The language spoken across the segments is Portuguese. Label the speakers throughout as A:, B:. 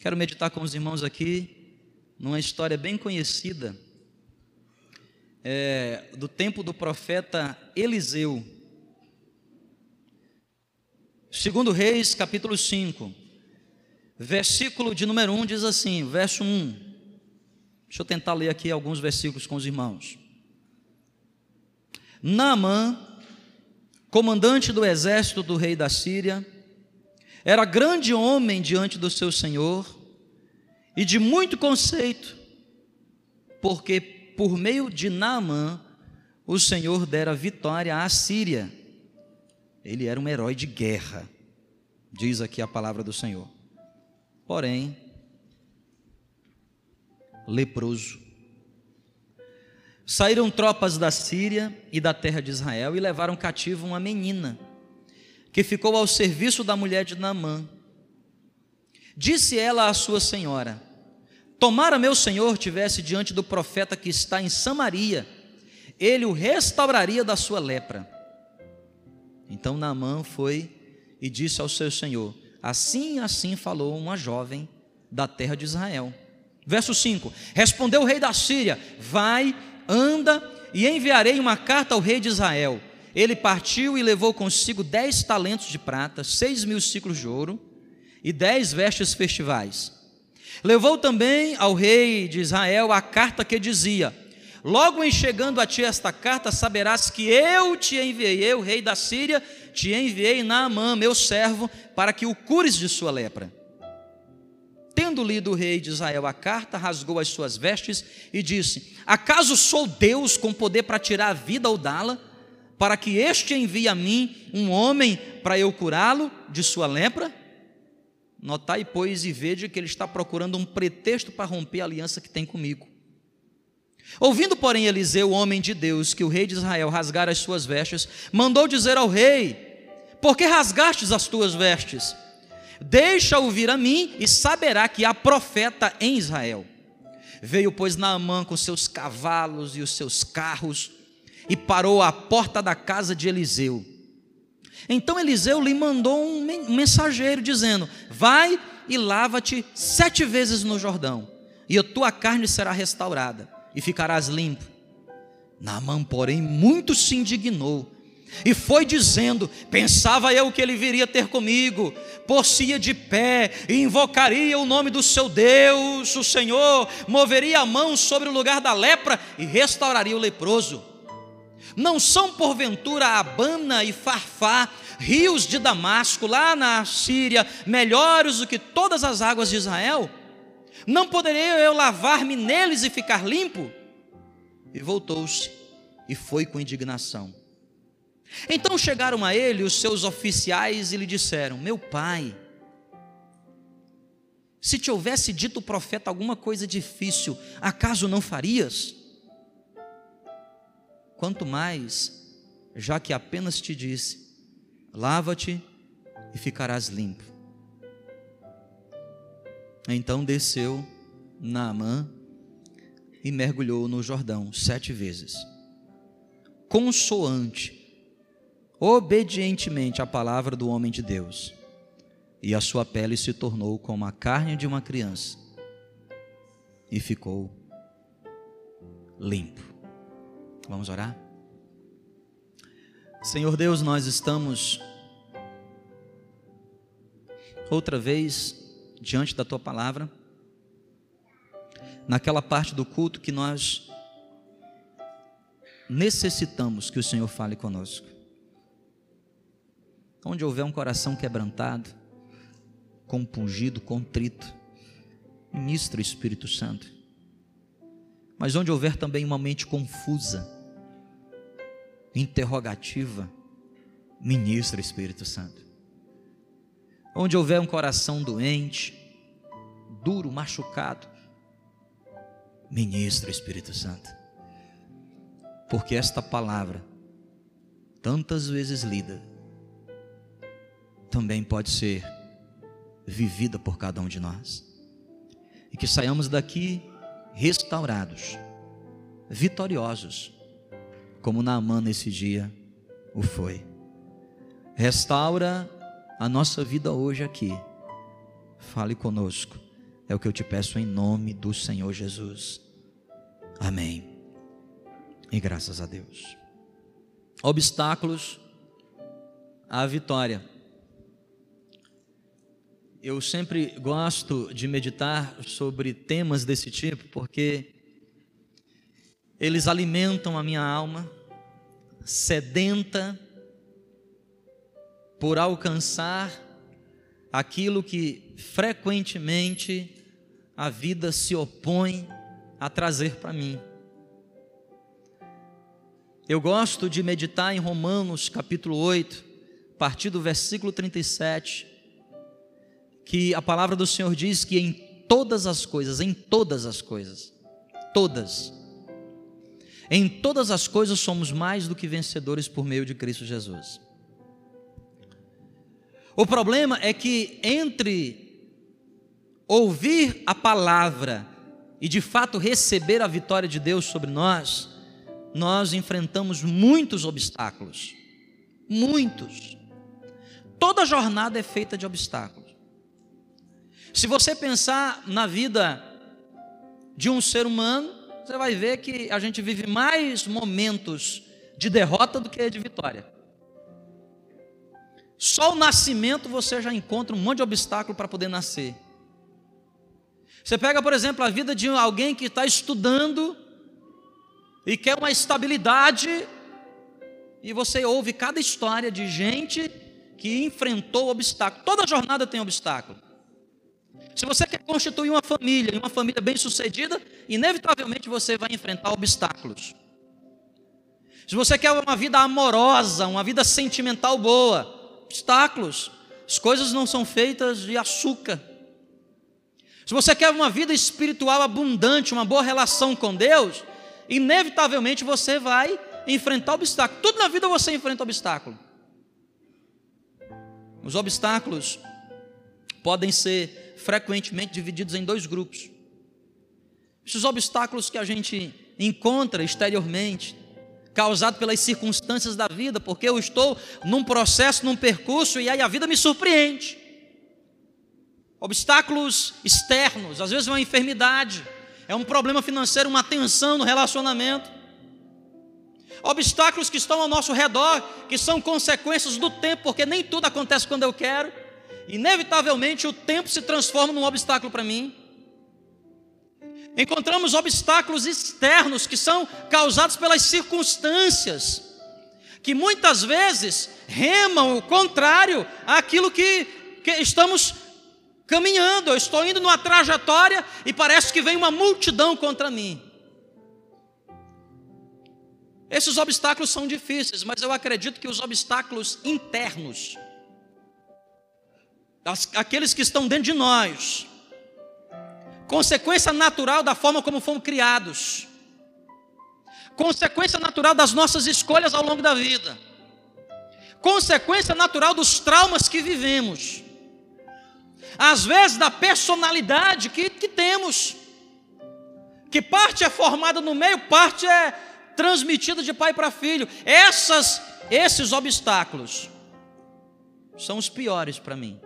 A: Quero meditar com os irmãos aqui numa história bem conhecida, do tempo do profeta Eliseu. 2 Reis, capítulo 5, versículo de número 1 diz assim, verso 1. Deixa eu tentar ler aqui alguns versículos com os irmãos. Naamã, comandante do exército do rei da Síria, era grande homem diante do seu senhor e de muito conceito, porque por meio de Naamã o Senhor dera vitória à Síria. Ele era um herói de guerra, diz aqui a palavra do Senhor. Porém, leproso. Saíram tropas da Síria e da terra de Israel e levaram cativo uma menina, que ficou ao serviço da mulher de Naamã. Disse ela à sua senhora: tomara meu senhor tivesse diante do profeta que está em Samaria, ele o restauraria da sua lepra. Então Naamã foi e disse ao seu senhor: assim falou uma jovem da terra de Israel. Verso 5: respondeu o rei da Síria: vai, anda, e enviarei uma carta ao rei de Israel. Ele partiu e levou consigo 10 talentos de prata, 6.000 ciclos de ouro e 10 vestes festivais. Levou também ao rei de Israel a carta que dizia: logo em chegando a ti esta carta, saberás que eu te enviei, eu, rei da Síria, te enviei Naamã, meu servo, para que o cures de sua lepra. Tendo lido o rei de Israel a carta, rasgou as suas vestes e disse: acaso sou Deus com poder para tirar a vida ou dá-la, para que este envie a mim um homem para eu curá-lo de sua lepra? Notai, pois, e vede que ele está procurando um pretexto para romper a aliança que tem comigo. Ouvindo, porém, Eliseu, o homem de Deus, que o rei de Israel rasgara as suas vestes, mandou dizer ao rei: por que rasgastes as tuas vestes? Deixa-o vir a mim e saberá que há profeta em Israel. Veio, pois, Naamã com seus cavalos e os seus carros e parou à porta da casa de Eliseu. Então Eliseu lhe mandou um mensageiro dizendo: vai e lava-te 7 vezes no Jordão, e a tua carne será restaurada e ficarás limpo. Naamã, porém, muito se indignou e foi dizendo: pensava eu que ele viria ter comigo, por-se-ia de pé e invocaria o nome do seu Deus, o Senhor moveria a mão sobre o lugar da lepra e restauraria o leproso. Não são porventura Abana e Farfá, rios de Damasco, lá na Síria, melhores do que todas as águas de Israel? Não poderia eu lavar-me neles e ficar limpo? E voltou-se e foi com indignação. Então chegaram a ele os seus oficiais e lhe disseram: meu pai, se te houvesse dito o profeta alguma coisa difícil, acaso não farias? Quanto mais, já que apenas te disse: lava-te e ficarás limpo. Então desceu Naamã e mergulhou no Jordão 7 vezes, consoante, obedientemente à palavra do homem de Deus, e a sua pele se tornou como a carne de uma criança, e ficou limpo. Vamos orar? Senhor Deus, nós estamos outra vez diante da Tua palavra, naquela parte do culto que nós necessitamos que o Senhor fale conosco. Onde houver um coração quebrantado, compungido, contrito, ministra o Espírito Santo. Mas onde houver também uma mente confusa, interrogativa, ministra o Espírito Santo. Onde houver um coração doente, duro, machucado, ministra o Espírito Santo. Porque esta palavra, tantas vezes lida, também pode ser vivida por cada um de nós. E que saiamos daqui restaurados, vitoriosos, como Naamã nesse dia o foi. Restaura a nossa vida hoje aqui. Fale conosco, É o que eu te peço em nome do Senhor Jesus. Amém. E graças a Deus. Obstáculos à vitória. Eu sempre gosto de meditar sobre temas desse tipo, porque eles alimentam a minha alma, sedenta por alcançar aquilo que frequentemente a vida se opõe a trazer para mim. Eu gosto de meditar em Romanos capítulo 8, a partir do versículo 37, que a palavra do Senhor diz que em todas as coisas, em todas as coisas somos mais do que vencedores por meio de Cristo Jesus. O problema é que entre ouvir a palavra e de fato receber a vitória de Deus sobre nós enfrentamos muitos obstáculos, muitos. Toda jornada é feita de obstáculos. Se você pensar na vida de um ser humano, você vai ver que a gente vive mais momentos de derrota do que de vitória. Só o nascimento você já encontra um monte de obstáculo para poder nascer. Você pega, por exemplo, a vida de alguém que está estudando e quer uma estabilidade, e você ouve cada história de gente que enfrentou obstáculo. Toda jornada tem obstáculo. Se você quer constituir uma família bem sucedida, inevitavelmente você vai enfrentar obstáculos. Se você quer uma vida amorosa, uma vida sentimental boa, obstáculos. As coisas não são feitas de açúcar. Se você quer uma vida espiritual abundante, uma boa relação com Deus, inevitavelmente você vai enfrentar obstáculos. Tudo na vida você enfrenta obstáculo. Os obstáculos podem ser frequentemente divididos em dois grupos. Esses obstáculos que a gente encontra exteriormente, causado pelas circunstâncias da vida, porque eu estou num processo, num percurso, e aí a vida me surpreende. Obstáculos externos, às vezes uma enfermidade, é um problema financeiro, uma tensão no relacionamento. Obstáculos que estão ao nosso redor, que são consequências do tempo, porque nem tudo acontece quando eu quero. Inevitavelmente o tempo se transforma num obstáculo para mim. Encontramos obstáculos externos que são causados pelas circunstâncias, que muitas vezes remam o contrário àquilo que estamos caminhando. Eu estou indo numa trajetória e parece que vem uma multidão contra mim. Esses obstáculos são difíceis, mas eu acredito que os obstáculos internos, aqueles que estão dentro de nós, consequência natural da forma como fomos criados, consequência natural das nossas escolhas ao longo da vida, consequência natural dos traumas que vivemos, às vezes da personalidade que temos, que parte é formada no meio, parte é transmitida de pai para filho. Esses obstáculos são os piores para mim,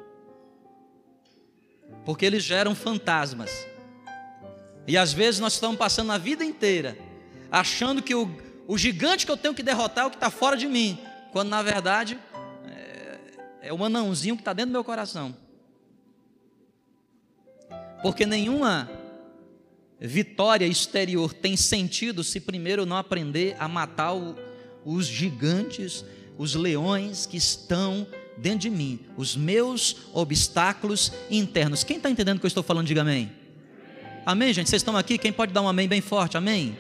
A: porque eles geram fantasmas. E às vezes nós estamos passando a vida inteira achando que o gigante que eu tenho que derrotar é o que está fora de mim, quando na verdade é o anãozinho que está dentro do meu coração. Porque nenhuma vitória exterior tem sentido se primeiro não aprender a matar os gigantes, os leões que estão dentro de mim, os meus obstáculos internos. Quem está entendendo o que eu estou falando, diga amém. Amém, gente? Vocês estão aqui? Quem pode dar um amém bem forte? Amém?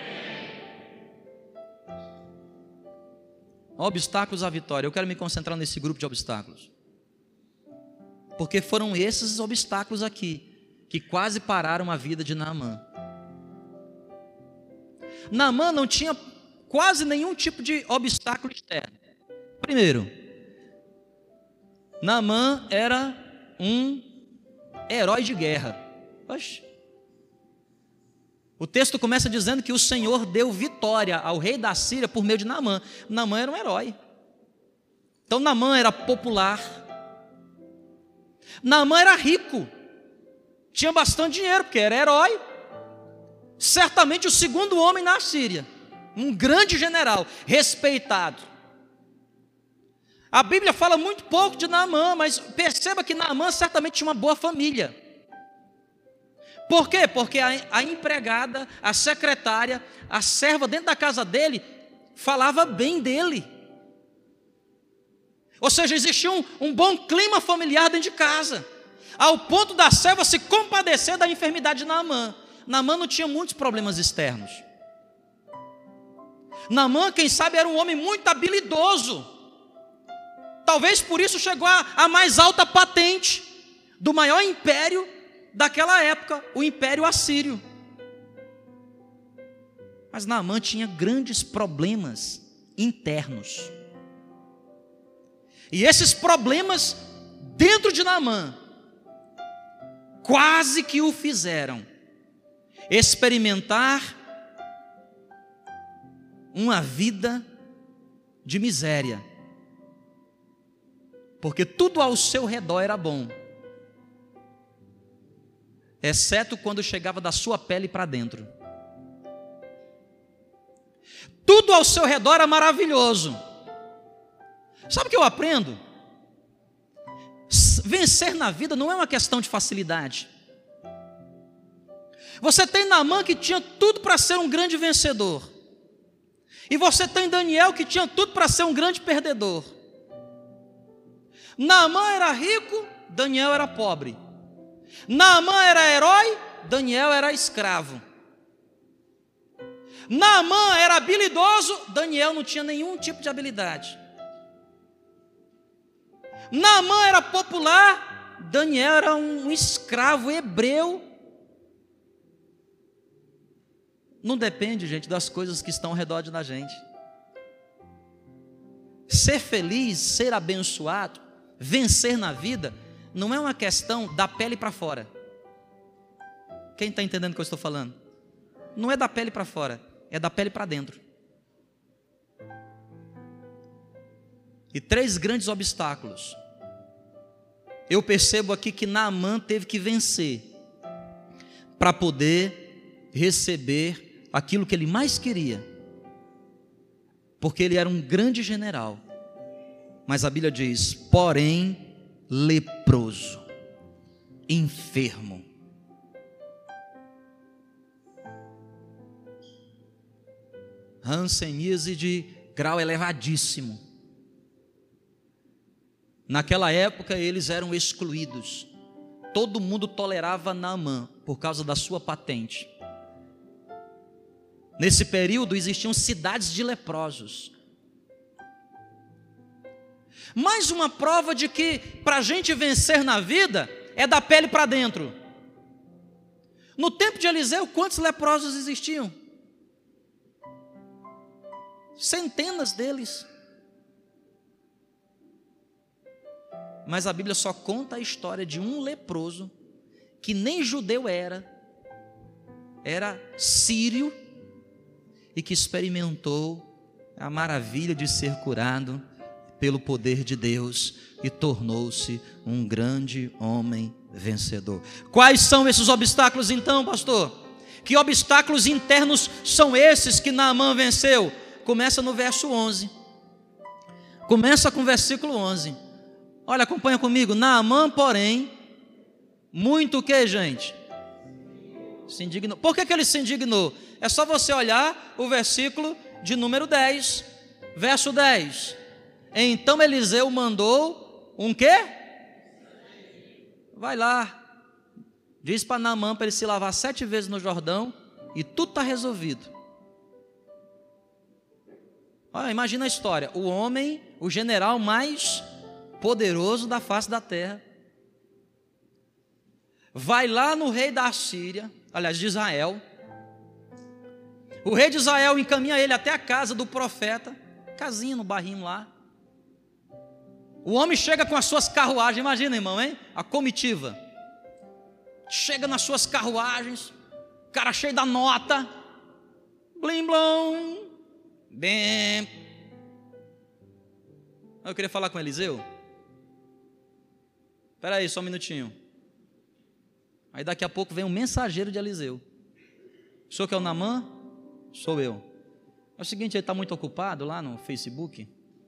A: Obstáculos à vitória. Eu quero me concentrar nesse grupo de obstáculos, porque foram esses obstáculos aqui que quase pararam a vida de Naamã. Naamã não tinha quase nenhum tipo de obstáculo externo. Primeiro, Naamã era um herói de guerra. Oxe. O texto começa dizendo que o Senhor deu vitória ao rei da Síria por meio de Naamã. Naamã era um herói. Então Naamã era popular. Naamã era rico. tinha bastante dinheiro, porque era herói, certamente o segundo homem na Síria, um grande general, respeitado. A Bíblia fala muito pouco de Naamã, mas perceba que Naamã certamente tinha uma boa família. Por quê? Porque a empregada, a secretária, a serva dentro da casa dele, falava bem dele. Ou seja, existia um bom clima familiar dentro de casa, ao ponto da serva se compadecer da enfermidade de Naamã. Naamã não tinha muitos problemas externos. Naamã, quem sabe, era um homem muito habilidoso. Talvez por isso chegou à mais alta patente do maior império daquela época, o Império Assírio. Mas Naamã tinha grandes problemas internos. E esses problemas dentro de Naamã quase que o fizeram experimentar uma vida de miséria, porque tudo ao seu redor era bom, exceto quando chegava da sua pele para dentro. Tudo ao seu redor era maravilhoso. Sabe o que eu aprendo? Vencer na vida não é uma questão de facilidade. Você tem Naamã que tinha tudo para ser um grande vencedor, e você tem Daniel que tinha tudo para ser um grande perdedor. Naamã era rico, Daniel era pobre. Naamã era herói, Daniel era escravo. Naamã era habilidoso, Daniel não tinha nenhum tipo de habilidade. Naamã era popular, Daniel era um escravo hebreu. Não depende, gente, das coisas que estão ao redor da gente. Ser feliz, ser abençoado, vencer na vida, não é uma questão da pele para fora. Quem está entendendo o que eu estou falando? Não é da pele para fora, é da pele para dentro. E 3 grandes obstáculos eu percebo aqui que Naamã teve que vencer para poder receber aquilo que ele mais queria, porque ele era um grande general. Mas a Bíblia diz: porém leproso, enfermo. Hanseníase de grau elevadíssimo. Naquela época eles eram excluídos. Todo mundo tolerava Naamã por causa da sua patente. Nesse período existiam cidades de leprosos. Mais uma prova de que para a gente vencer na vida é da pele para dentro. No tempo de Eliseu, quantos leprosos existiam? Centenas deles. Mas a Bíblia só conta a história de um leproso, que nem judeu era sírio, e que experimentou a maravilha de ser curado pelo poder de Deus e tornou-se um grande homem vencedor. Quais são esses obstáculos então, pastor? Que obstáculos internos são esses que Naamã venceu? Começa no verso 11. Começa com o versículo 11. Olha, acompanha comigo. Naamã, porém, muito o que, gente? Se indignou. Por que ele se indignou? É só você olhar o versículo de número 10. Verso 10. Então Eliseu mandou um quê? Vai lá. Diz para Naamã para ele se lavar 7 vezes no Jordão e tudo está resolvido. Olha, imagina a história. O homem, o general mais poderoso da face da terra, vai lá no rei da Síria, aliás, de Israel. O rei de Israel encaminha ele até a casa do profeta, casinha no barrinho lá. O homem chega com as suas carruagens, imagina, irmão, hein? A comitiva chega nas suas carruagens, cara cheio da nota, blim blom, bem. Eu queria falar com Eliseu. Espera aí, só um minutinho. Aí daqui a pouco vem um mensageiro de Eliseu. O senhor que é o Naamã? Sou eu. É o seguinte, ele está muito ocupado lá no Facebook.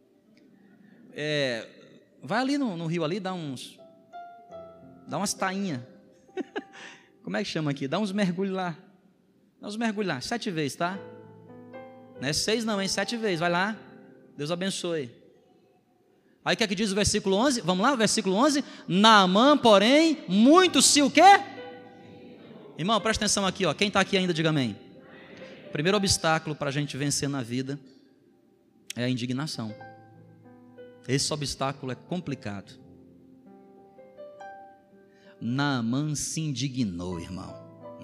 A: Vai ali no rio ali, dá umas tainhas. Como é que chama aqui? Dá uns mergulhos lá. 7 vezes, tá? Não é 6 não, hein? 7 vezes, vai lá. Deus abençoe. Aí o que é que diz o versículo 11? Vamos lá, o versículo 11. Naamã, porém, muito se o quê? Irmão, presta atenção aqui, ó. Quem está aqui ainda, diga amém. O primeiro obstáculo para a gente vencer na vida é a indignação. Esse obstáculo é complicado. Naamã se indignou, irmão.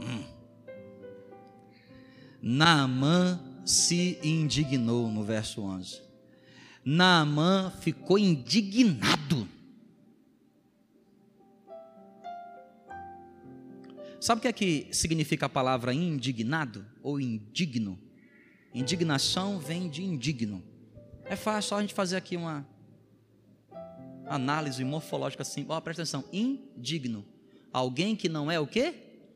A: Naamã se indignou no verso 11. Naamã ficou indignado. Sabe o que significa a palavra indignado ou indigno? Indignação vem de indigno. É fácil só a gente fazer aqui uma análise morfológica assim. Presta atenção, indigno. Alguém que não é o quê?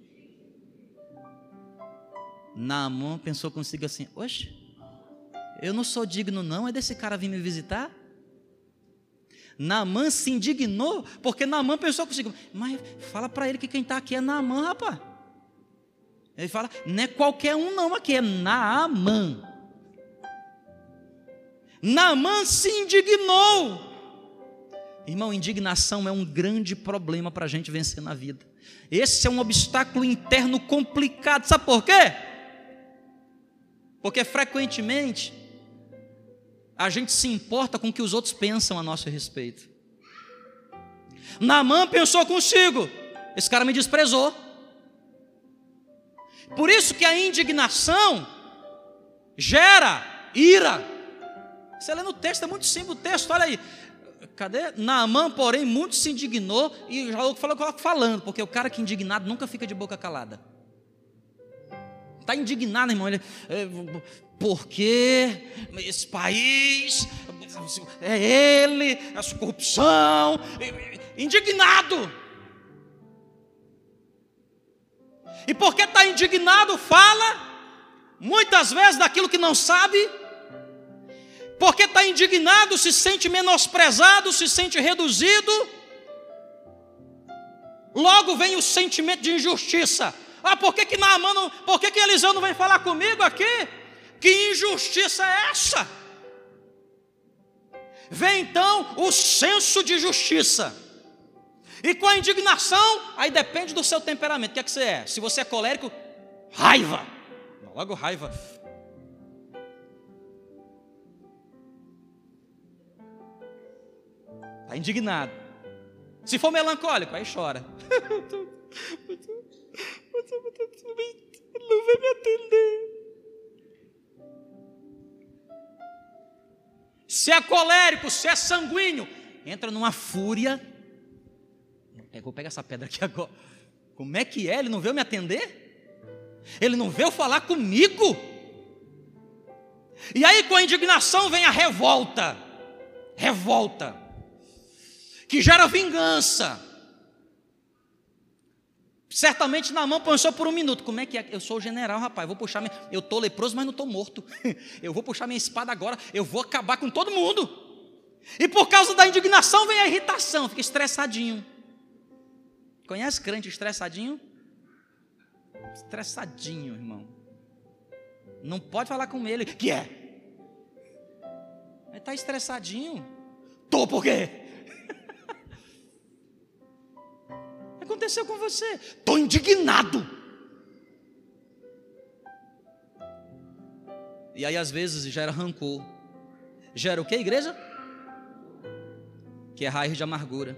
A: Naamã pensou consigo assim: oxe, eu não sou digno não, é desse cara vir me visitar? Naamã se indignou, porque Naamã pensou consigo: mas fala para ele que quem está aqui é Naamã, rapaz. Ele fala: não é qualquer um não, aqui é Naamã. Naamã se indignou. Irmão, indignação é um grande problema para a gente vencer na vida. Esse é um obstáculo interno complicado. Sabe por quê? Porque frequentemente a gente se importa com o que os outros pensam a nosso respeito. Naamã pensou consigo: esse cara me desprezou. Por isso que a indignação gera ira. Você lê no texto, é muito simples o texto, olha aí. Cadê? Naamã, porém, muito se indignou e já falou falando, porque o cara que é indignado nunca fica de boca calada. Está indignado, irmão. Porque esse país é ele, essa corrupção. Indignado. E porque está indignado, fala muitas vezes daquilo que não sabe. Porque está indignado, se sente menosprezado, se sente reduzido. Logo vem o sentimento de injustiça. Por que Naamã não, por que Eliseu não vem falar comigo aqui? Que injustiça é essa? Vem então o senso de justiça. E com a indignação, aí depende do seu temperamento. O que é que você é? Se você é colérico, raiva. Logo raiva. Está indignado. Se for melancólico, aí chora. Não vai me atender. Se é colérico, se é sanguíneo, entra numa fúria. Vou pegar essa pedra aqui agora. Como é que é? Ele não veio me atender? Ele não veio falar comigo? E aí com a indignação vem a revolta. Revolta. Que gera vingança. Certamente Naamã pensou por um minuto: como é que é? Eu sou o general, rapaz, vou puxar eu estou leproso, mas não estou morto. Eu vou puxar minha espada agora, eu vou acabar com todo mundo. E por causa da indignação vem a irritação, fica estressadinho. Conhece crente estressadinho? Estressadinho, irmão. Não pode falar com ele. Que é? Ele está estressadinho. Tô por quê? Aconteceu com você? Estou indignado. E aí às vezes gera rancor. Gera o que, igreja? Que é raiz de amargura.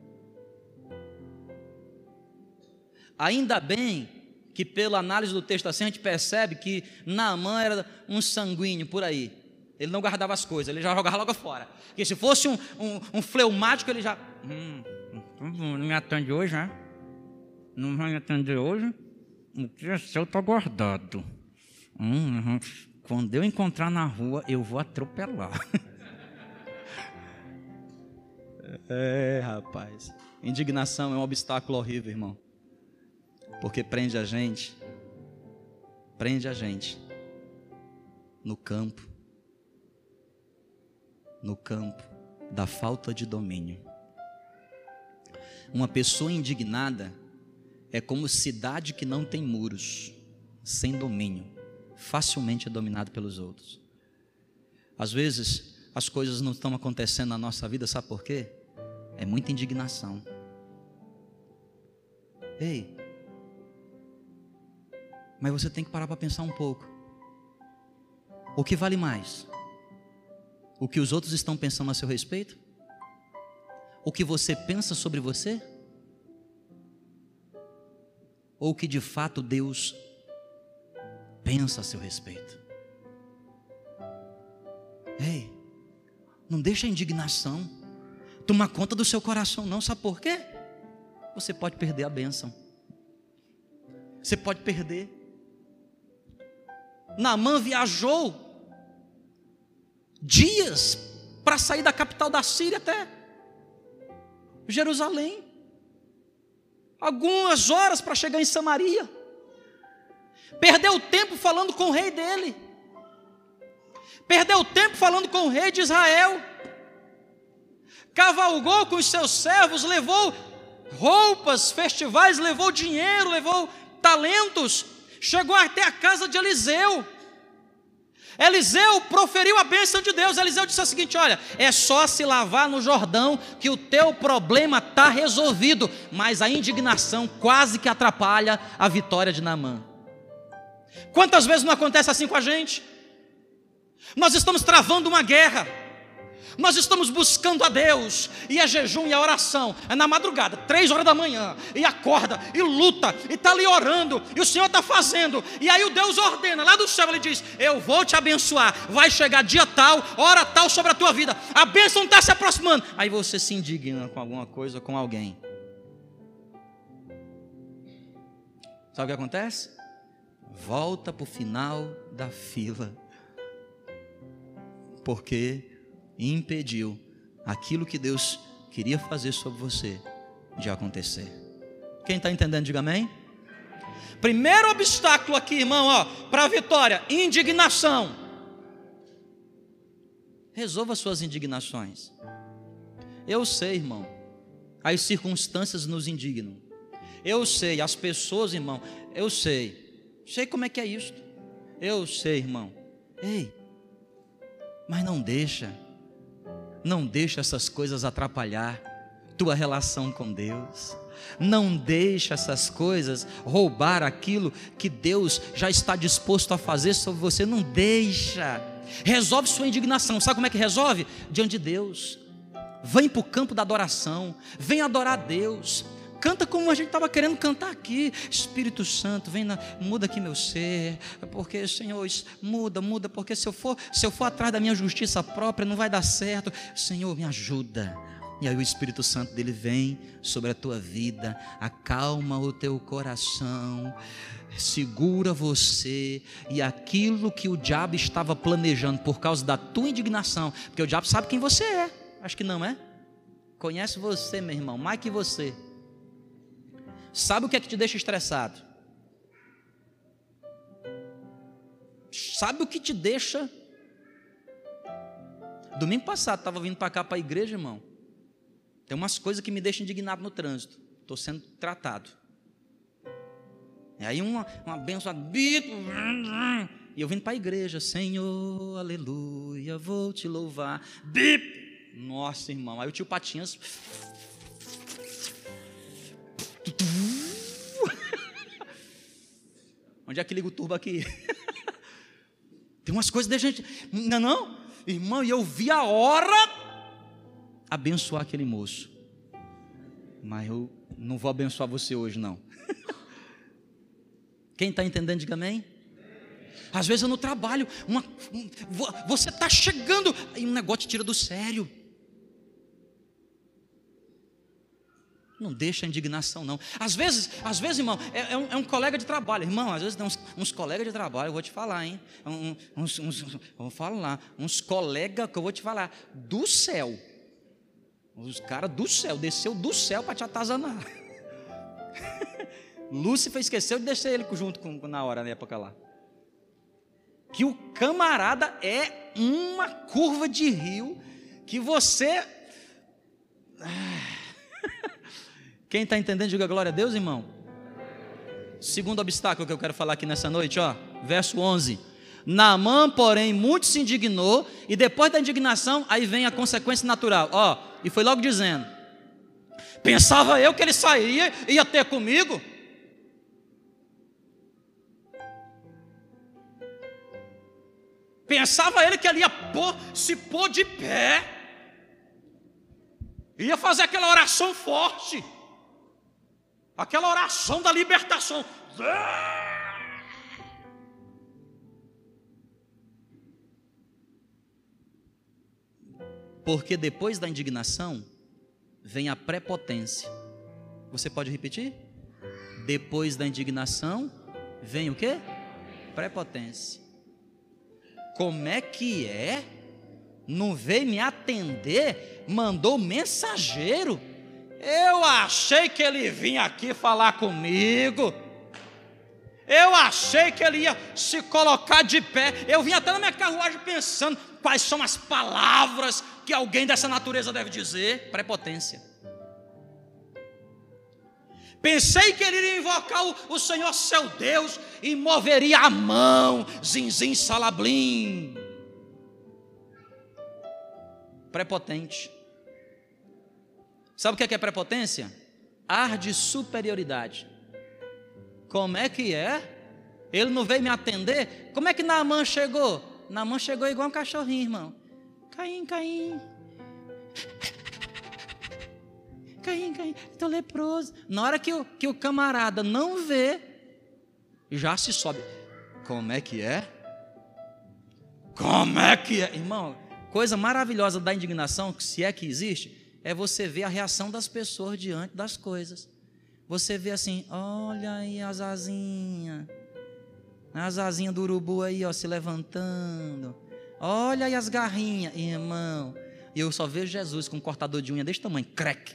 A: Ainda bem que pela análise do texto assim a gente percebe que Naamã era um sanguíneo por aí. Ele não guardava as coisas, ele já jogava logo fora. Porque se fosse um fleumático, ele já... Não me atende hoje, né? Não vai me atender hoje? O que é seu está guardado. Quando eu encontrar na rua, eu vou atropelar. Rapaz. Indignação é um obstáculo horrível, irmão. Porque prende a gente no campo da falta de domínio. Uma pessoa indignada é como cidade que não tem muros, sem domínio, facilmente é dominado pelos outros. Às vezes as coisas não estão acontecendo na nossa vida, sabe por quê? É muita indignação. Ei, mas você tem que parar para pensar um pouco. O que vale mais? O que os outros estão pensando a seu respeito? O que você pensa sobre você? Ou o que de fato Deus pensa a seu respeito? Ei, não deixa a indignação tomar conta do seu coração não, sabe por quê? Você pode perder a bênção. Você pode perder. Naamã viajou dias para sair da capital da Síria até Jerusalém. Algumas horas para chegar em Samaria. Perdeu tempo falando com o rei dele. Perdeu tempo falando com o rei de Israel. Cavalgou com os seus servos, levou roupas, festivais, levou dinheiro, levou talentos. Chegou até a casa de Eliseu. Eliseu proferiu a bênção de Deus. Eliseu disse o seguinte: olha, é só se lavar no Jordão que o teu problema está resolvido. Mas a indignação quase que atrapalha a vitória de Naamã. Quantas vezes não acontece assim com a gente? Nós estamos travando uma guerra, nós estamos buscando a Deus, e é jejum e é oração, é na madrugada, 3 horas da manhã, e acorda, e luta, e está ali orando, e o Senhor está fazendo, e aí o Deus ordena, lá do céu Ele diz: eu vou te abençoar, vai chegar dia tal, hora tal sobre a tua vida, a bênção está se aproximando, aí você se indigna com alguma coisa, com alguém. Sabe o que acontece? Volta para o final da fila, porque impediu aquilo que Deus queria fazer sobre você de acontecer. Quem está entendendo, diga amém. Primeiro obstáculo aqui, irmão, para a vitória: indignação. Resolva suas indignações. Eu sei, irmão, as circunstâncias nos indignam. Eu sei, as pessoas, irmão, eu sei como é que é isso. Eu sei, irmão. Ei, mas não deixa essas coisas atrapalhar tua relação com Deus. Não deixa essas coisas roubar aquilo que Deus já está disposto a fazer sobre você. Não deixa. Resolve sua indignação. Sabe como é que resolve? Diante de Deus. Vem para o campo da adoração. Vem adorar a Deus. Canta como a gente estava querendo cantar aqui. Espírito Santo, muda aqui meu ser, porque, Senhor, muda, porque se eu for atrás da minha justiça própria, não vai dar certo. Senhor, me ajuda. E aí o Espírito Santo dele vem sobre a tua vida, acalma o teu coração, segura você, e aquilo que o diabo estava planejando por causa da tua indignação, porque o diabo sabe quem você é, acho que não é? Conhece você, meu irmão, mais que você. Sabe o que é que te deixa estressado? Sabe o que te deixa? Domingo passado, estava vindo para cá, para a igreja, irmão. Tem umas coisas que me deixam indignado no trânsito. Estou sendo tratado. E aí uma benção, e eu vindo para a igreja. Senhor, aleluia, vou te louvar. Bip! Nossa, irmão. Aí o tio Patinhas... Onde é que liga o turbo aqui? Tem umas coisas da gente... Não, irmão, e eu vi a hora abençoar aquele moço. Mas eu não vou abençoar você hoje, não. Quem está entendendo, diga amém. Às vezes eu no trabalho, você está chegando, e um negócio te tira do sério. Não deixa a indignação, não. Às vezes, irmão, é um colega de trabalho. Irmão, às vezes tem uns colegas de trabalho, eu vou te falar, hein? Vou falar, uns colegas que eu vou te falar, do céu. Os caras do céu, desceu do céu para te atazanar. Lúcifer esqueceu de deixar ele junto na hora, na época lá. Que o camarada é uma curva de rio que você... Quem está entendendo, diga glória a Deus, irmão. Segundo obstáculo que eu quero falar aqui nessa noite, ó, verso 11. Naamã, porém, muito se indignou, e depois da indignação, aí vem a consequência natural, ó, e foi logo dizendo: pensava eu que ele sairia e ia ter comigo? Pensava ele que ele ia se pôr de pé, ia fazer aquela oração forte, aquela oração da libertação. Porque depois da indignação vem a prepotência. Você pode repetir? Depois da indignação vem o quê? Prepotência. Como é que é? Não veio me atender, mandou mensageiro. Eu achei que ele vinha aqui falar comigo. Eu achei que ele ia se colocar de pé. Eu vim até na minha carruagem pensando quais são as palavras que alguém dessa natureza deve dizer. Prepotência. Pensei que ele iria invocar o Senhor seu Deus e moveria a mão, zinzim salablim. Prepotente. Sabe o que é prepotência? Ar de superioridade. Como é que é? Ele não veio me atender? Como é que Naamã chegou? Naamã chegou igual um cachorrinho, irmão. Caim, Caim. Caim, estou leproso. Na hora que o camarada não vê, já se sobe. Como é que é? Como é que é? Irmão, coisa maravilhosa da indignação, se é que existe, é você ver a reação das pessoas diante das coisas. Você vê assim, olha aí as asinhas do urubu aí, ó, se levantando. Olha aí as garrinhas, irmão. E eu só vejo Jesus com um cortador de unha desse tamanho, crec.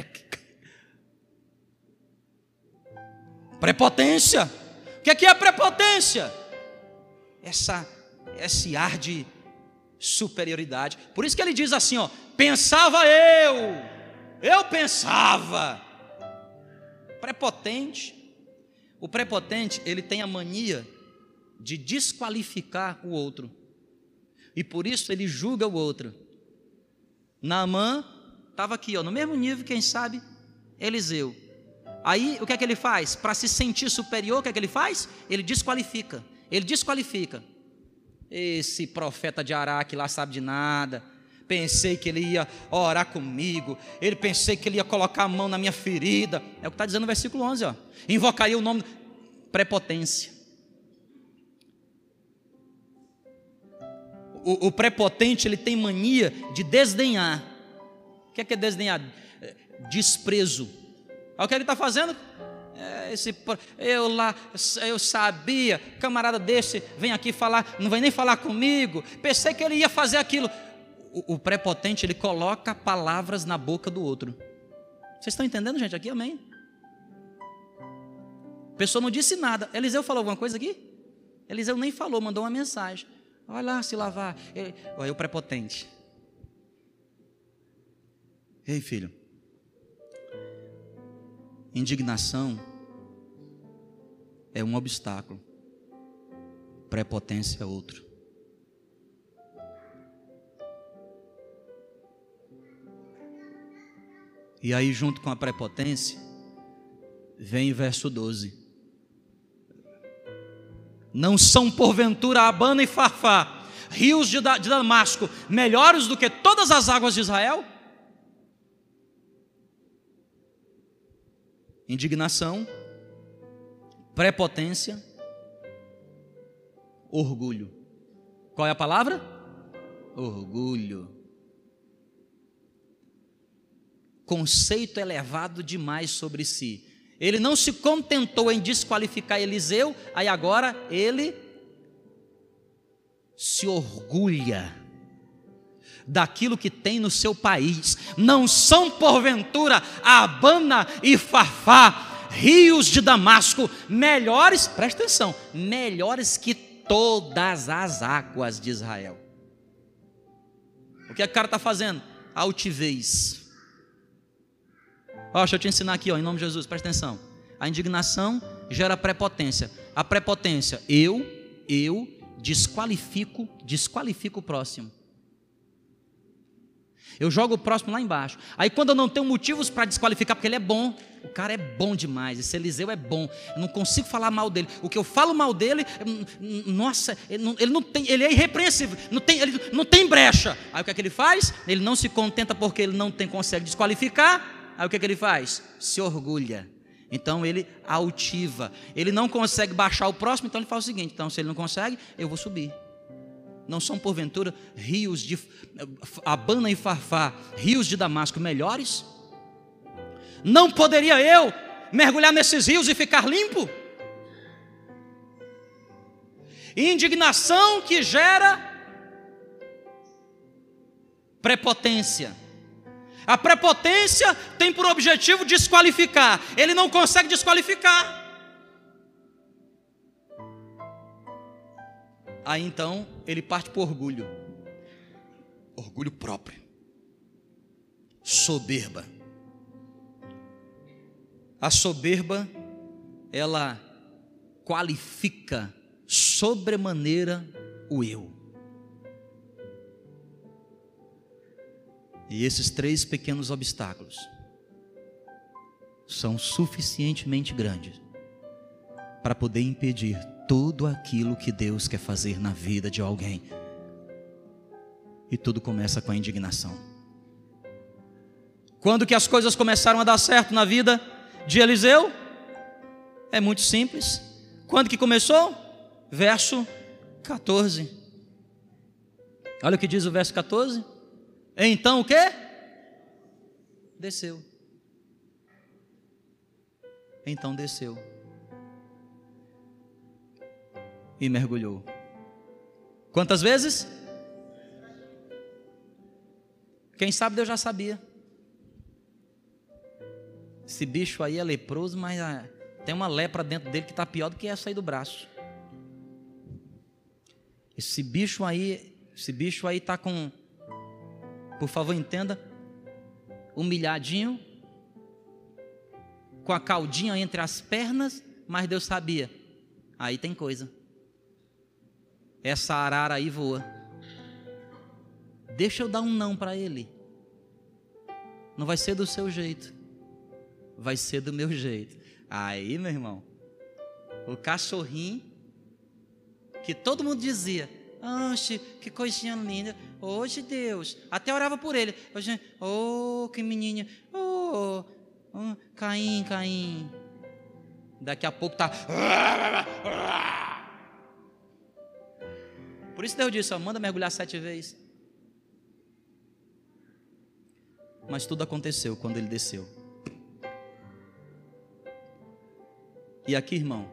A: Prepotência. O que é prepotência? Esse ar de superioridade. Por isso que ele diz assim, ó, pensava eu pensava. Prepotente. O prepotente, ele tem a mania de desqualificar o outro, e por isso ele julga o outro. Naamã estava aqui, ó, no mesmo nível, quem sabe, Eliseu. Aí, o que é que ele faz? Para se sentir superior, o que é que ele faz? Ele desqualifica. Esse profeta de Araque lá sabe de nada. Pensei que ele ia orar comigo. Pensei que ele ia colocar a mão na minha ferida. É o que está dizendo no versículo 11, ó. Invocaria o nome. Prepotência. O prepotente, ele tem mania de desdenhar. O que é desdenhar? Desprezo. Olha o que ele está fazendo. Eu sabia, camarada desse vem aqui falar, não vem nem falar comigo. Pensei que ele ia fazer aquilo. O prepotente, ele coloca palavras na boca do outro. Vocês estão entendendo, gente, aqui? Amém? A pessoa não disse nada. Eliseu falou alguma coisa aqui? Eliseu nem falou, mandou uma mensagem. Olha lá, se lavar. Olha o prepotente. Ei, filho. Indignação é um obstáculo. Prepotência é outro. E aí, junto com a prepotência, vem o verso 12. Não são porventura Abana e Farfá, rios de Damasco, melhores do que todas as águas de Israel? Indignação, prepotência, orgulho. Qual é a palavra? Orgulho. Conceito elevado demais sobre si. Ele não se contentou em desqualificar Eliseu, aí agora ele se orgulha daquilo que tem no seu país. Não são porventura Abana e Farfá, rios de Damasco, melhores, presta atenção, melhores que todas as águas de Israel. O que é que o cara está fazendo? Altivez. Deixa eu te ensinar aqui, em nome de Jesus, presta atenção. A indignação gera prepotência. A prepotência, eu desqualifico o próximo. Eu jogo o próximo lá embaixo. Aí quando eu não tenho motivos para desqualificar, porque ele é bom, o cara é bom demais, esse Eliseu é bom, eu não consigo falar mal dele. O que eu falo mal dele, nossa, ele é irrepreensível, ele não tem brecha. Aí o que é que ele faz? Ele não se contenta porque ele não consegue desqualificar. Aí o que é que ele faz? Se orgulha. Então ele altiva. Ele não consegue baixar o próximo, então ele faz o seguinte: então se ele não consegue, eu vou subir. Não são porventura rios de Abana e Farfá, rios de Damasco melhores? Não poderia eu mergulhar nesses rios e ficar limpo? Indignação que gera prepotência. A prepotência tem por objetivo desqualificar. Ele não consegue desqualificar. Aí então ele parte para o orgulho. Orgulho próprio. Soberba. A soberba, ela qualifica sobremaneira o eu. E esses 3 pequenos obstáculos são suficientemente grandes para poder impedir tudo aquilo que Deus quer fazer na vida de alguém. E tudo começa com a indignação. Quando que as coisas começaram a dar certo na vida de Eliseu? É muito simples. Quando que começou? Verso 14. Olha o que diz o verso 14. Então o quê? Desceu. Então desceu. E mergulhou. Quantas vezes? Quem sabe Deus já sabia. Esse bicho aí é leproso, mas tem uma lepra dentro dele que está pior do que essa aí do braço. Esse bicho aí está com, por favor entenda, humilhadinho, com a caldinha entre as pernas, mas Deus sabia. Aí tem coisa. Essa arara aí voa. Deixa eu dar um não para ele. Não vai ser do seu jeito, vai ser do meu jeito. Aí, meu irmão, o cachorrinho que todo mundo dizia: oxe, que coisinha linda. Hoje Deus, até orava por ele. Hoje, oh, que menininha. Oh, Caim. Daqui a pouco tá. Por isso Deus disse: manda mergulhar 7 vezes. Mas tudo aconteceu quando ele desceu. E aqui, irmão,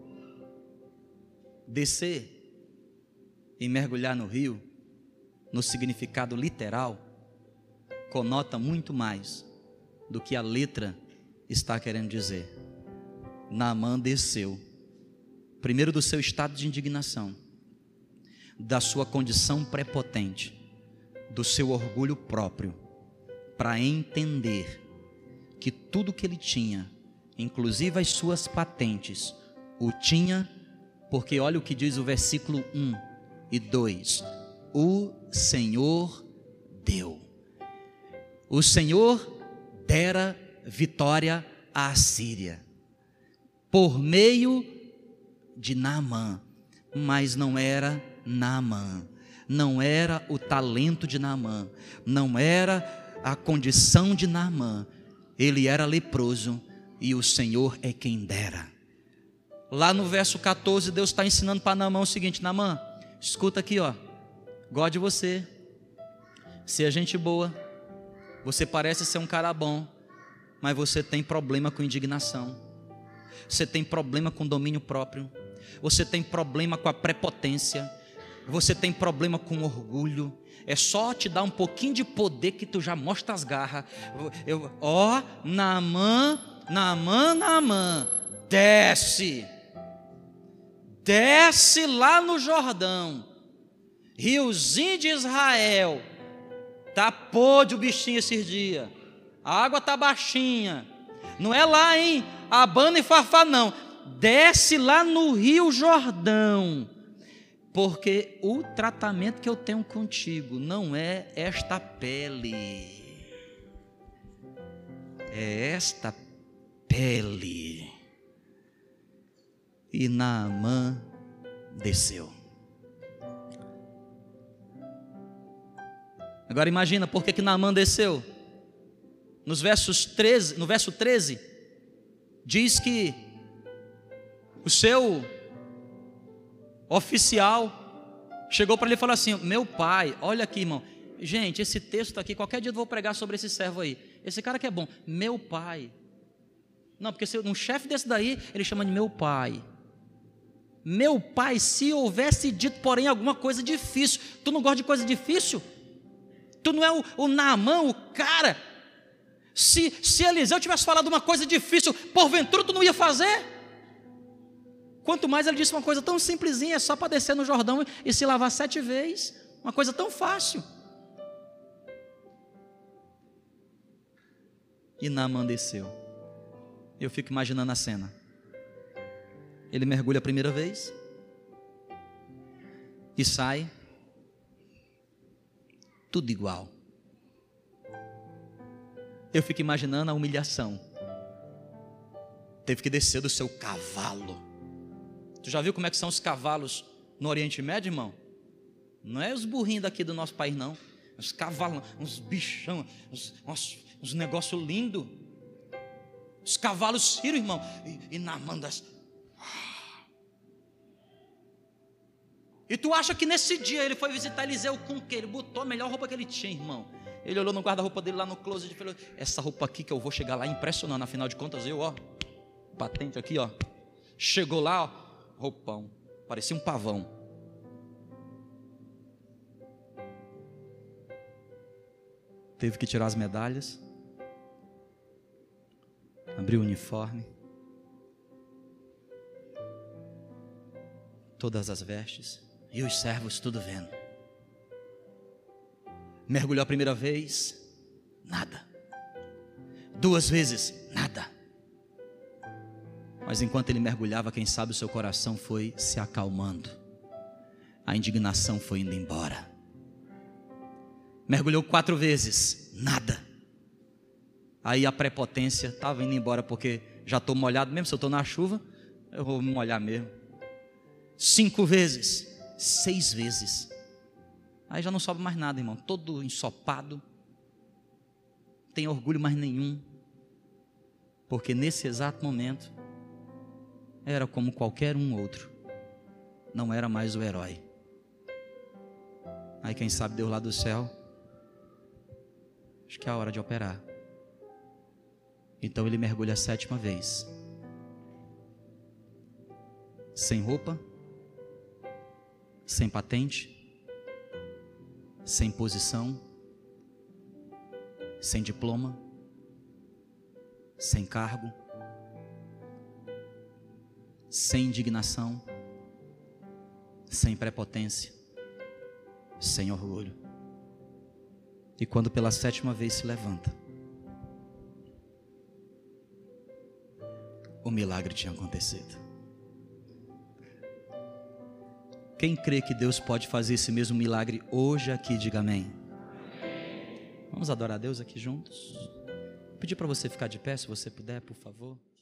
A: descer e mergulhar no rio, no significado literal, conota muito mais do que a letra está querendo dizer. Naamã desceu, primeiro do seu estado de indignação, da sua condição prepotente, do seu orgulho próprio, para entender que tudo que ele tinha, inclusive as suas patentes, o tinha, porque olha o que diz o versículo 1 e 2: o Senhor deu. O Senhor dera vitória à Síria, por meio de Naamã, mas não era Naamã, não era o talento de Naamã, não era a condição de Naamã. Ele era leproso e o Senhor é quem dera. Lá no verso 14, Deus está ensinando para Naamã o seguinte: Naamã, escuta aqui, gosto de você, seja gente boa, você parece ser um cara bom, mas você tem problema com indignação, você tem problema com domínio próprio, você tem problema com a prepotência, você tem problema com orgulho. É só te dar um pouquinho de poder que tu já mostra as garras. Naamã, Naamã, desce lá no Jordão, riozinho de Israel, tá podre o bichinho esses dias, a água tá baixinha, não é lá em Abana e Farfá não, desce lá no Rio Jordão, porque o tratamento que eu tenho contigo não é esta pele, é esta pele. E Naamã desceu. Agora imagina por que Naamã desceu. No verso 13, diz que o seu oficial chegou para ele e falou assim: meu pai, olha aqui, irmão. Gente, esse texto aqui, qualquer dia eu vou pregar sobre esse servo aí. Esse cara que é bom, meu pai. Não, porque se um chefe desse daí, ele chama de meu pai. Meu pai, se houvesse dito, porém, alguma coisa difícil. Tu não gosta de coisa difícil? Tu não é o Naamã, o cara? Se Eliseu tivesse falado uma coisa difícil, porventura tu não ia fazer? Quanto mais ele disse uma coisa tão simplesinha, só para descer no Jordão e se lavar 7 vezes. Uma coisa tão fácil. E Naamã desceu. Eu fico imaginando a cena. Ele mergulha a primeira vez e sai tudo igual. Eu fico imaginando a humilhação. Teve que descer do seu cavalo. Tu já viu como é que são os cavalos no Oriente Médio, irmão? Não é os burrinhos daqui do nosso país, não. Os cavalos, uns bichão, uns negócios lindos. Os cavalos sírios, irmão. E Naamã das... E tu acha que nesse dia ele foi visitar Eliseu com o quê? Ele botou a melhor roupa que ele tinha, irmão. Ele olhou no guarda-roupa dele lá no closet e falou: essa roupa aqui que eu vou chegar lá impressionando. Afinal de contas, eu, ó, patente aqui, ó. Chegou lá, ó, roupão. Parecia um pavão. Teve que tirar as medalhas. Abriu o uniforme. Todas as vestes. E os servos tudo vendo. Mergulhou a primeira vez, nada. 2 vezes, nada. Mas enquanto ele mergulhava, quem sabe o seu coração foi se acalmando. A indignação foi indo embora. Mergulhou 4 vezes, nada. Aí a prepotência estava indo embora, porque já estou molhado mesmo, se eu estou na chuva, eu vou me molhar mesmo. 5 vezes, 6 vezes. Aí já não sobe mais nada, irmão. Todo ensopado. Não tem orgulho mais nenhum. Porque nesse exato momento, era como qualquer um outro. Não era mais o herói. Aí quem sabe Deus lá do céu, acho que é a hora de operar. Então ele mergulha a 7ª vez. Sem roupa, sem patente, sem posição, sem diploma, sem cargo, sem indignação, sem prepotência, sem orgulho. E quando pela 7ª vez se levanta, o milagre tinha acontecido. Quem crê que Deus pode fazer esse mesmo milagre hoje aqui, diga amém. Vamos adorar a Deus aqui juntos? Vou pedir para você ficar de pé, se você puder, por favor.